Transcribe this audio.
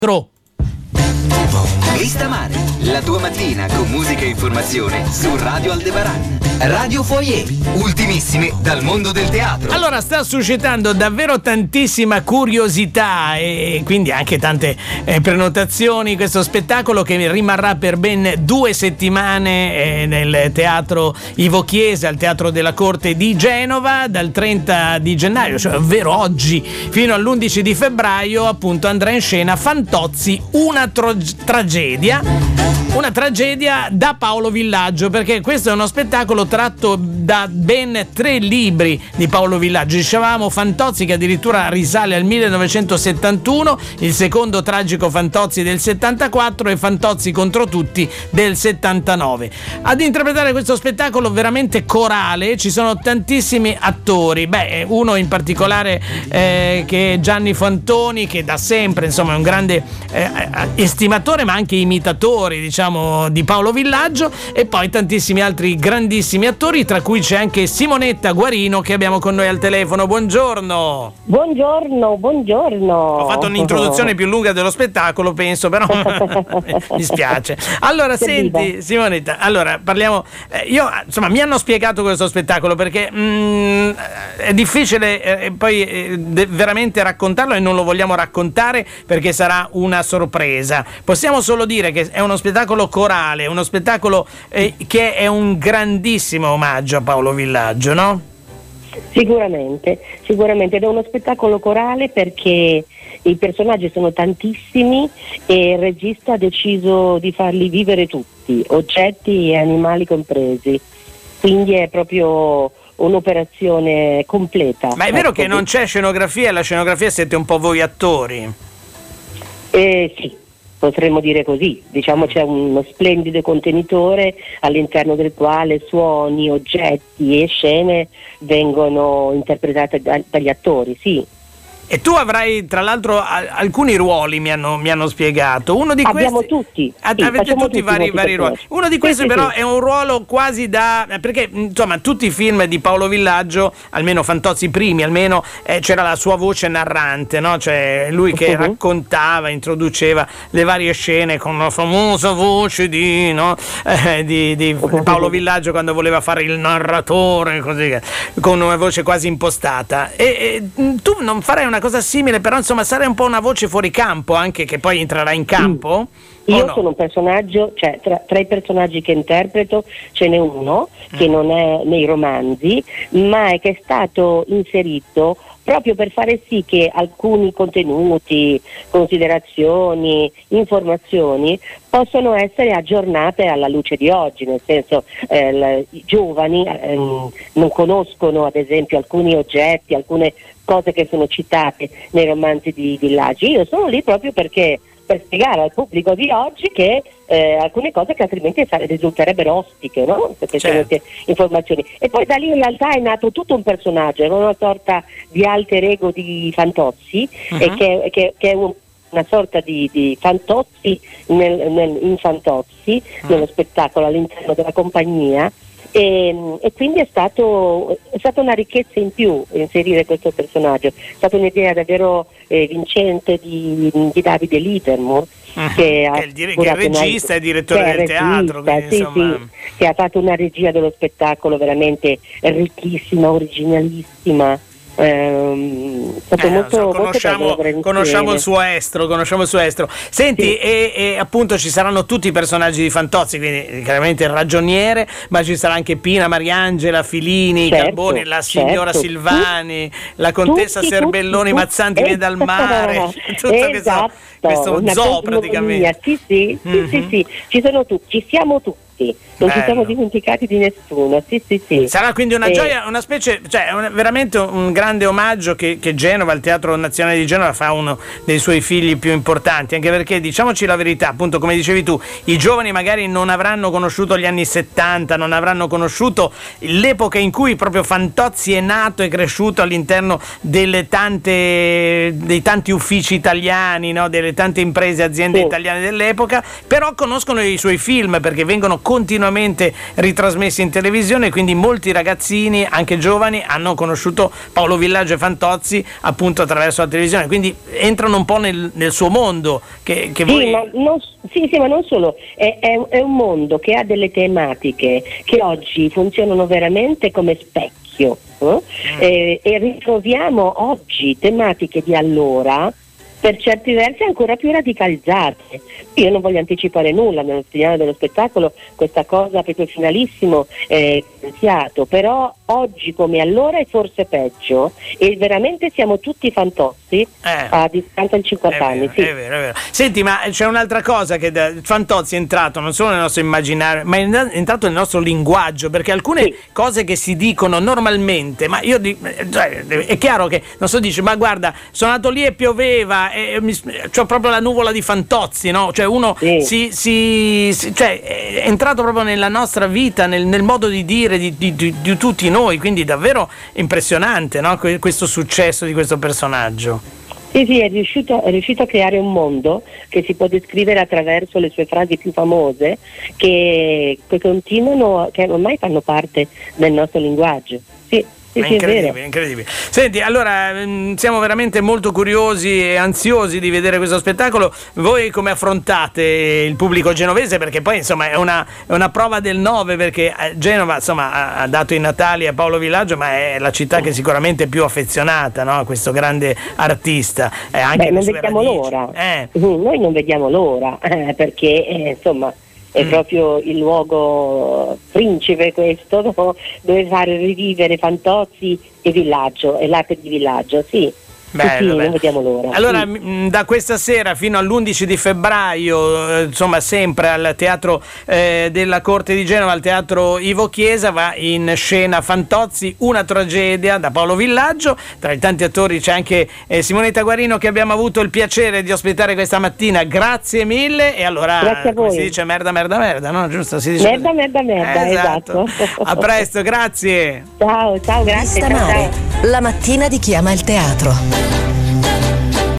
Lista Mare, la tua mattina con musica e informazione su Radio Aldebaran. Radio Foyer, ultimissime dal mondo del teatro. Allora, sta suscitando davvero tantissima curiosità e quindi anche tante prenotazioni questo spettacolo, che rimarrà per ben 2 settimane nel teatro Ivo Chiesa, al Teatro della Corte di Genova, dal 30 di gennaio, cioè ovvero oggi, fino all'11 di febbraio, appunto, andrà in scena Fantozzi, una tragedia da Paolo Villaggio, perché questo è uno spettacolo tratto da ben 3 libri di Paolo Villaggio. Dicevamo Fantozzi, che addirittura risale al 1971, il secondo Tragico Fantozzi del 74 e Fantozzi contro tutti del 79. Ad interpretare questo spettacolo veramente corale ci sono tantissimi attori, uno in particolare che è Gianni Fantoni, che da sempre insomma è un grande estimatore ma anche imitatore, diciamo, di Paolo Villaggio, e poi tantissimi altri grandissimi attori, tra cui c'è anche Simonetta Guarino, che abbiamo con noi al telefono. Buongiorno. Buongiorno. Ho fatto un'introduzione più lunga dello spettacolo, penso, però mi spiace. Allora, senti Simonetta, allora parliamo, io insomma mi hanno spiegato questo spettacolo perché è difficile veramente raccontarlo, e non lo vogliamo raccontare perché sarà una sorpresa. Possiamo solo dire che è uno spettacolo corale, uno spettacolo che è un grandissimo omaggio a Paolo Villaggio, no? Sicuramente, ed è uno spettacolo corale perché i personaggi sono tantissimi e il regista ha deciso di farli vivere tutti, oggetti e animali compresi, quindi è proprio un'operazione completa. Ma è vero che non c'è scenografia, e la scenografia siete un po' voi attori? Sì. Potremmo dire così, diciamo c'è uno splendido contenitore all'interno del quale suoni, oggetti e scene vengono interpretate dagli attori, sì. E tu avrai tra l'altro alcuni ruoli, mi hanno spiegato. Uno di questi, abbiamo tutti. Avete tutti vari ruoli. Uno di questi però è un ruolo quasi perché insomma tutti i film di Paolo Villaggio, almeno Fantozzi i primi, almeno c'era la sua voce narrante, no? Cioè lui che raccontava, introduceva le varie scene con la famosa voce di Paolo Villaggio, quando voleva fare il narratore, così, con una voce quasi impostata. E tu non farei una cosa simile, però insomma sarei un po' una voce fuori campo, anche, che poi entrerà in campo? Io sono un personaggio, cioè tra i personaggi che interpreto ce n'è uno che non è nei romanzi, ma è che è stato inserito proprio per fare sì che alcuni contenuti, considerazioni, informazioni possono essere aggiornate alla luce di oggi, nel senso i giovani non conoscono ad esempio alcuni oggetti, alcune cose che sono citate nei romanzi di Villaggio. Io sono lì proprio per spiegare al pubblico di oggi che alcune cose che altrimenti risulterebbero ostiche, no? Perché sono informazioni. E poi da lì in realtà è nato tutto un personaggio, era una sorta di alter ego di Fantozzi, e che è una sorta di Fantozzi in Fantozzi, nello spettacolo all'interno della compagnia. E quindi è stata una ricchezza in più inserire questo personaggio. È stata un'idea davvero vincente di Davide Livermore, che è il regista e direttore del teatro, che ha fatto una regia dello spettacolo veramente ricchissima, originalissima. Conosciamo il suo estro. Senti, e appunto ci saranno tutti i personaggi di Fantozzi, quindi chiaramente il ragioniere, ma ci sarà anche Pina Mariangela, Filini, Carboni, la signora Silvani, la contessa Serbelloni, Mazzanti viene dal mare, tutto questo zoo praticamente. Sì, ci sono tutti, ci siamo tutti. Non ci siamo dimenticati di nessuno. Sì. Sarà quindi una gioia, una specie, veramente un grande omaggio che Genova, il Teatro Nazionale di Genova, fa uno dei suoi figli più importanti, anche perché, diciamoci la verità, appunto come dicevi tu, i giovani magari non avranno conosciuto gli anni 70, non avranno conosciuto l'epoca in cui proprio Fantozzi è nato e cresciuto all'interno dei tanti uffici italiani, no? Delle tante imprese, aziende italiane dell'epoca, però conoscono i suoi film perché vengono continuamente ritrasmessi in televisione, quindi molti ragazzini, anche giovani, hanno conosciuto Paolo Villaggio e Fantozzi appunto attraverso la televisione, quindi entrano un po' nel suo mondo che sì, voi... ma non solo, è un mondo che ha delle tematiche che oggi funzionano veramente come specchio, e ritroviamo oggi tematiche di allora per certi versi ancora più radicalizzate. Io non voglio anticipare nulla nello studiare dello spettacolo, questa cosa proprio finalissimo è iniziato, però oggi come allora è forse peggio, e veramente siamo tutti Fantozzi a distanza di 50 anni. Sì. È vero. Senti, ma c'è un'altra cosa che Fantozzi è entrato non solo nel nostro immaginario, ma è entrato nel nostro linguaggio, perché alcune cose che si dicono normalmente, ma è chiaro che non so, dice, ma guarda, sono andato lì e pioveva, c'ho proprio la nuvola di Fantozzi, no? Cioè uno cioè è entrato proprio nella nostra vita, nel modo di dire di tutti noi, quindi davvero impressionante, no? Questo successo di questo personaggio. Sì, è riuscito a creare un mondo che si può descrivere attraverso le sue frasi più famose, che continuano, che ormai fanno parte del nostro linguaggio. Sì. Incredibile. Senti, allora siamo veramente molto curiosi e ansiosi di vedere questo spettacolo. Voi come affrontate il pubblico genovese? Perché poi insomma è una prova del 9, perché Genova insomma ha dato i Natali a Paolo Villaggio, ma è la città che sicuramente è più affezionata, no? A questo grande artista. Anche non vediamo l'ora. Noi non vediamo l'ora, perché insomma è proprio il luogo principe questo, dove fare rivivere Fantozzi e Villaggio, e l'arte di Villaggio, sì. Bello. Non vediamo l'ora. Allora, da questa sera fino all'11 di febbraio, insomma, sempre al Teatro della Corte di Genova, al Teatro Ivo Chiesa, va in scena Fantozzi, una tragedia, da Paolo Villaggio. Tra i tanti attori c'è anche Simonetta Guarino, che abbiamo avuto il piacere di ospitare questa mattina. Grazie mille. E allora, grazie a voi. come si dice, merda, no? Giusto? Si dice merda, esatto. A presto, grazie. Ciao, grazie. Vista Mare, la mattina di Chi ama il teatro.